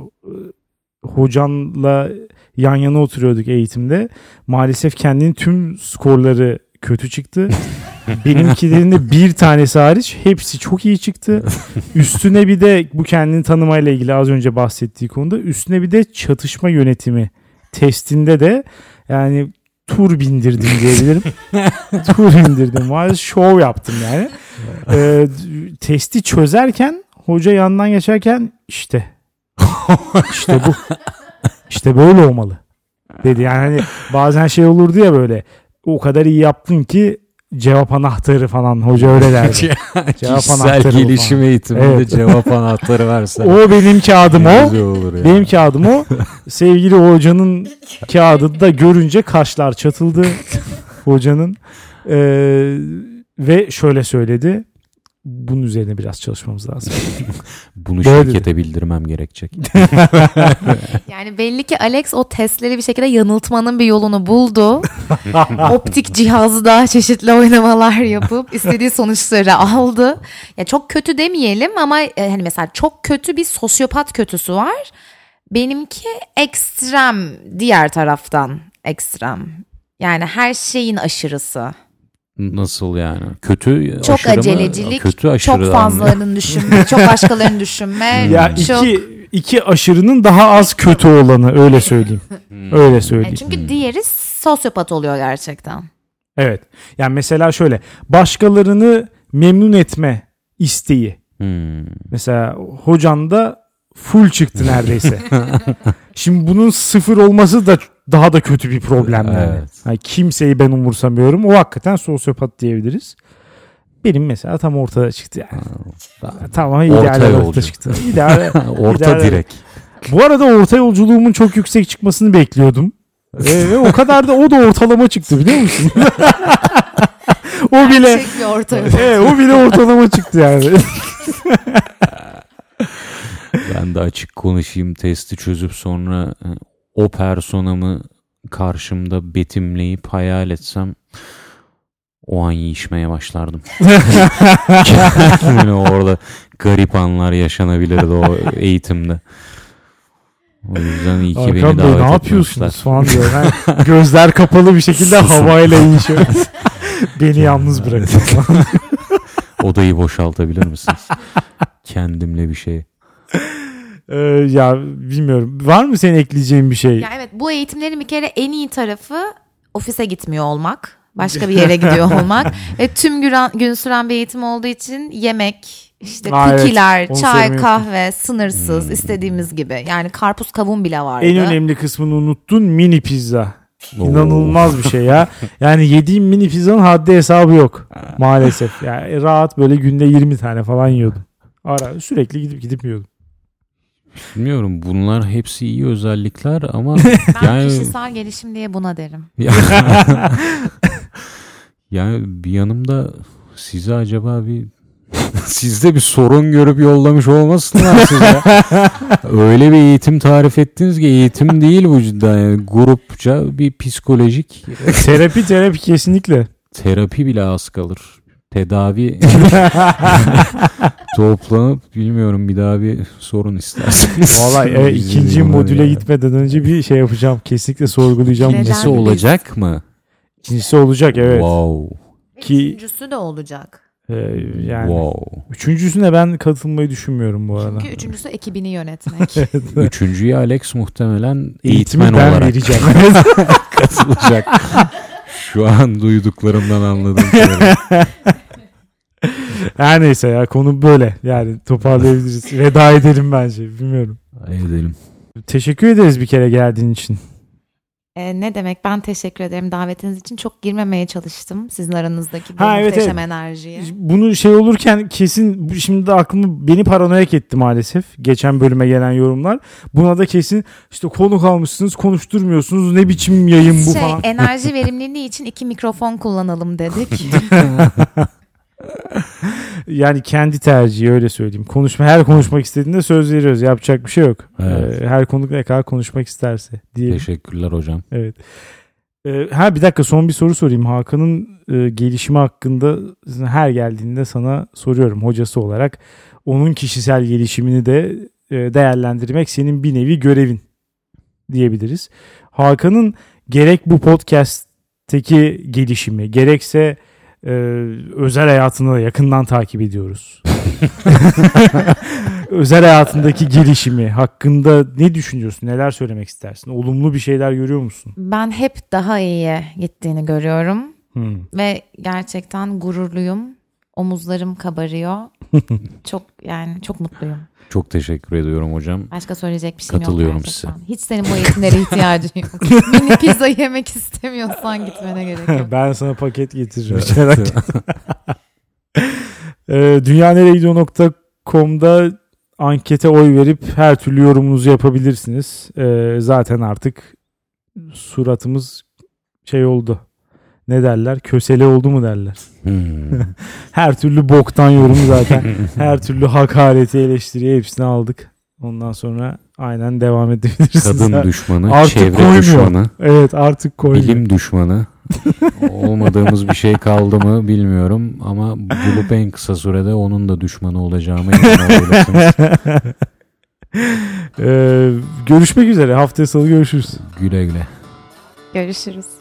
Hocanla yan yana oturuyorduk eğitimde. Maalesef kendinin tüm skorları kötü çıktı. Benimkilerinde bir tanesi hariç hepsi çok iyi çıktı. Üstüne bir de bu kendini tanımayla ilgili az önce bahsettiği konuda, üstüne bir de çatışma yönetimi testinde de yani tur bindirdim diyebilirim. Tur bindirdim. Maalesef şov yaptım yani. Ee, testi çözerken hoca yandan geçerken işte işte bu. İşte böyle olmalı dedi. Yani hani bazen şey olurdu ya, böyle o kadar iyi yaptın ki cevap anahtarı falan, hoca öyle derdi. Cevap Kişisel gelişim falan. Eğitiminde evet. Cevap anahtarı varsa. O benim kağıdım o. Yani. Benim kağıdım o. Sevgili hocanın kağıdı da görünce kaşlar çatıldı hocanın. Ee, ve şöyle söyledi. Bunun üzerine biraz çalışmamız lazım. Bunu böyle şirkete dedi. Bildirmem gerekecek. Yani belli ki Alex o testleri bir şekilde yanıltmanın bir yolunu buldu. Optik cihazda çeşitli oynamalar yapıp istediği sonuçları aldı. Ya çok kötü demeyelim ama e, hani mesela çok kötü bir sosyopat kötüsü var. Benimki ekstrem, diğer taraftan ekstrem. Yani her şeyin aşırısı. Nasıl yani? Kötü çok aşırı acelecilik, mı? Kötü aşırı çok fazlalarını düşünme, çok başkalarını düşünme. Ya çok... iki iki aşırının daha az kötü olanı, öyle söyleyeyim. Öyle söyleyeyim. Yani çünkü diğeri sosyopat oluyor gerçekten. Evet. Yani mesela şöyle, başkalarını memnun etme isteği. Hmm. Mesela hocan da full çıktı neredeyse. Şimdi bunun sıfır olması da daha da kötü bir problem yani. Evet. Yani kimseyi ben umursamıyorum. O hakikaten sosyopat diyebiliriz. Benim mesela tam ortada çıktı yani. Tamam, ideal orta çıktı. İdeal, orta ideal. Direkt. Bu arada orta yolculuğumun çok yüksek çıkmasını bekliyordum. Ve o kadar da o da ortalama çıktı, biliyor musun? O bile Gerçek bir orta yol. evet, o bile ortalama çıktı yani. Ben de açık konuşayım, testi çözüp sonra o personamı karşımda betimleyip hayal etsem o an yiyişmeye başlardım. Yani orada garip anlar yaşanabilirdi o eğitimde. O yüzden iyi ki Hakan beni Bey, davet ne yapıyorsunuz etmişler. falan diyor. Yani gözler kapalı bir şekilde Susun. havayla yiyişiyor. Beni yalnız bırakın falan. Odayı boşaltabilir misiniz? Kendimle bir şey. Ee, ya bilmiyorum. Var mı senin ekleyeceğin bir şey? Ya evet, bu eğitimlerin bir kere en iyi tarafı ofise gitmiyor olmak. Başka bir yere gidiyor olmak. Ve tüm gün, gün süren bir eğitim olduğu için yemek, işte Aa, cookie'ler, evet. Onu çay, söylemeyi kahve sınırsız, Hmm. istediğimiz gibi. Yani karpuz kavun bile vardı. En önemli kısmını unuttun, mini pizza. Oo. İnanılmaz bir şey ya. Yani yediğim mini pizzanın haddi hesabı yok maalesef. Yani rahat böyle günde yirmi tane falan yiyordum. Ara sürekli gidip gidip yiyordum. Bilmiyorum, bunlar hepsi iyi özellikler ama Ben yani kişisel gelişim diye buna derim. yani bir yanımda size acaba bir sizde bir sorun görüp yollamış olmasınlar siz ya. Öyle bir eğitim tarif ettiniz ki eğitim değil bu cidden, yani grupça bir psikolojik Terapi terapi kesinlikle. terapi bile az kalır. Tedavi toplanıp bilmiyorum, bir daha bir sorun isterseniz. Vallahi evet, ikinci modüle yani. gitmeden önce bir şey yapacağım. Kesinlikle sorgulayacağım. Neden? İkincisi olacak mı? İkincisi olacak evet. Wow. Ki Üçüncüsü de olacak. e, yani Wow. üçüncüsüne ben katılmayı düşünmüyorum bu arada. Çünkü üçüncüsü ekibini yönetmek. Üçüncüyü Alex muhtemelen Eğitimi eğitmen ben olarak vereceğim. katılacak. Şu an duyduklarımdan anladım. Şöyle. Her neyse ya, konu böyle. Yani toparlayabiliriz. Veda edelim bence. Bilmiyorum. Edelim. Teşekkür ederiz bir kere geldiğin için. E, ne demek, ben teşekkür ederim davetiniz için. Çok girmemeye çalıştım sizin aranızdaki bu Ha, evet, muhteşem evet. enerjiye. Bunu şey olurken kesin şimdi de aklımı beni paranoyak etti maalesef. Geçen bölüme gelen yorumlar. Buna da kesin işte konuk almışsınız, konuşturmuyorsunuz. Ne biçim yayın bu şey, falan. enerji verimliliği için iki mikrofon kullanalım dedik. Yani kendi tercihi, öyle söyleyeyim. Konuşma, her konuşmak istediğinde söz veriyoruz. Yapacak bir şey yok. Evet. Ee, her konuk ne kadar konuşmak isterse diye. Teşekkürler hocam. Evet. Ee, ha bir dakika, son bir soru sorayım. Hakan'ın e, gelişimi hakkında her geldiğinde sana soruyorum hocası olarak. Onun kişisel gelişimini de e, değerlendirmek senin bir nevi görevin diyebiliriz. Hakan'ın gerek bu podcast'teki gelişimi, gerekse e, özel hayatını da yakından takip ediyoruz. Özel hayatındaki gelişimi hakkında ne düşünüyorsun? Neler söylemek istersin? Olumlu bir şeyler görüyor musun? Ben hep daha iyiye gittiğini görüyorum. Hmm. Ve gerçekten gururluyum. Omuzlarım kabarıyor. Çok yani çok mutluyum. Çok teşekkür ediyorum hocam. Başka söyleyecek bir şeyim Katılıyorum yok gerçekten. size. Hiç senin bu eğitimlere ihtiyacın yok. Mini pizza yemek istemiyorsan gitmene gerek yok. Ben sana paket getiririm. Hiç merak etme. Ee, dünyaneregidiyor nokta com'da ankete oy verip her türlü yorumunuzu yapabilirsiniz. Ee, zaten artık suratımız şey oldu. Ne derler? Kösele oldu mu derler. Hmm. Her türlü boktan yorum zaten. Her türlü hakareti, eleştiriyi hepsini aldık. Ondan sonra aynen devam edebilirsiniz. Kadın düşmanı, Artık çevre koymuyor. düşmanı, Evet, artık koymuyor. bilim düşmanı. Olmadığımız bir şey kaldı mı bilmiyorum ama bulup en kısa sürede onun da düşmanı olacağıma emin olabilirsiniz. Ee, görüşmek üzere. Haftaya salı görüşürüz. Güle güle. Görüşürüz.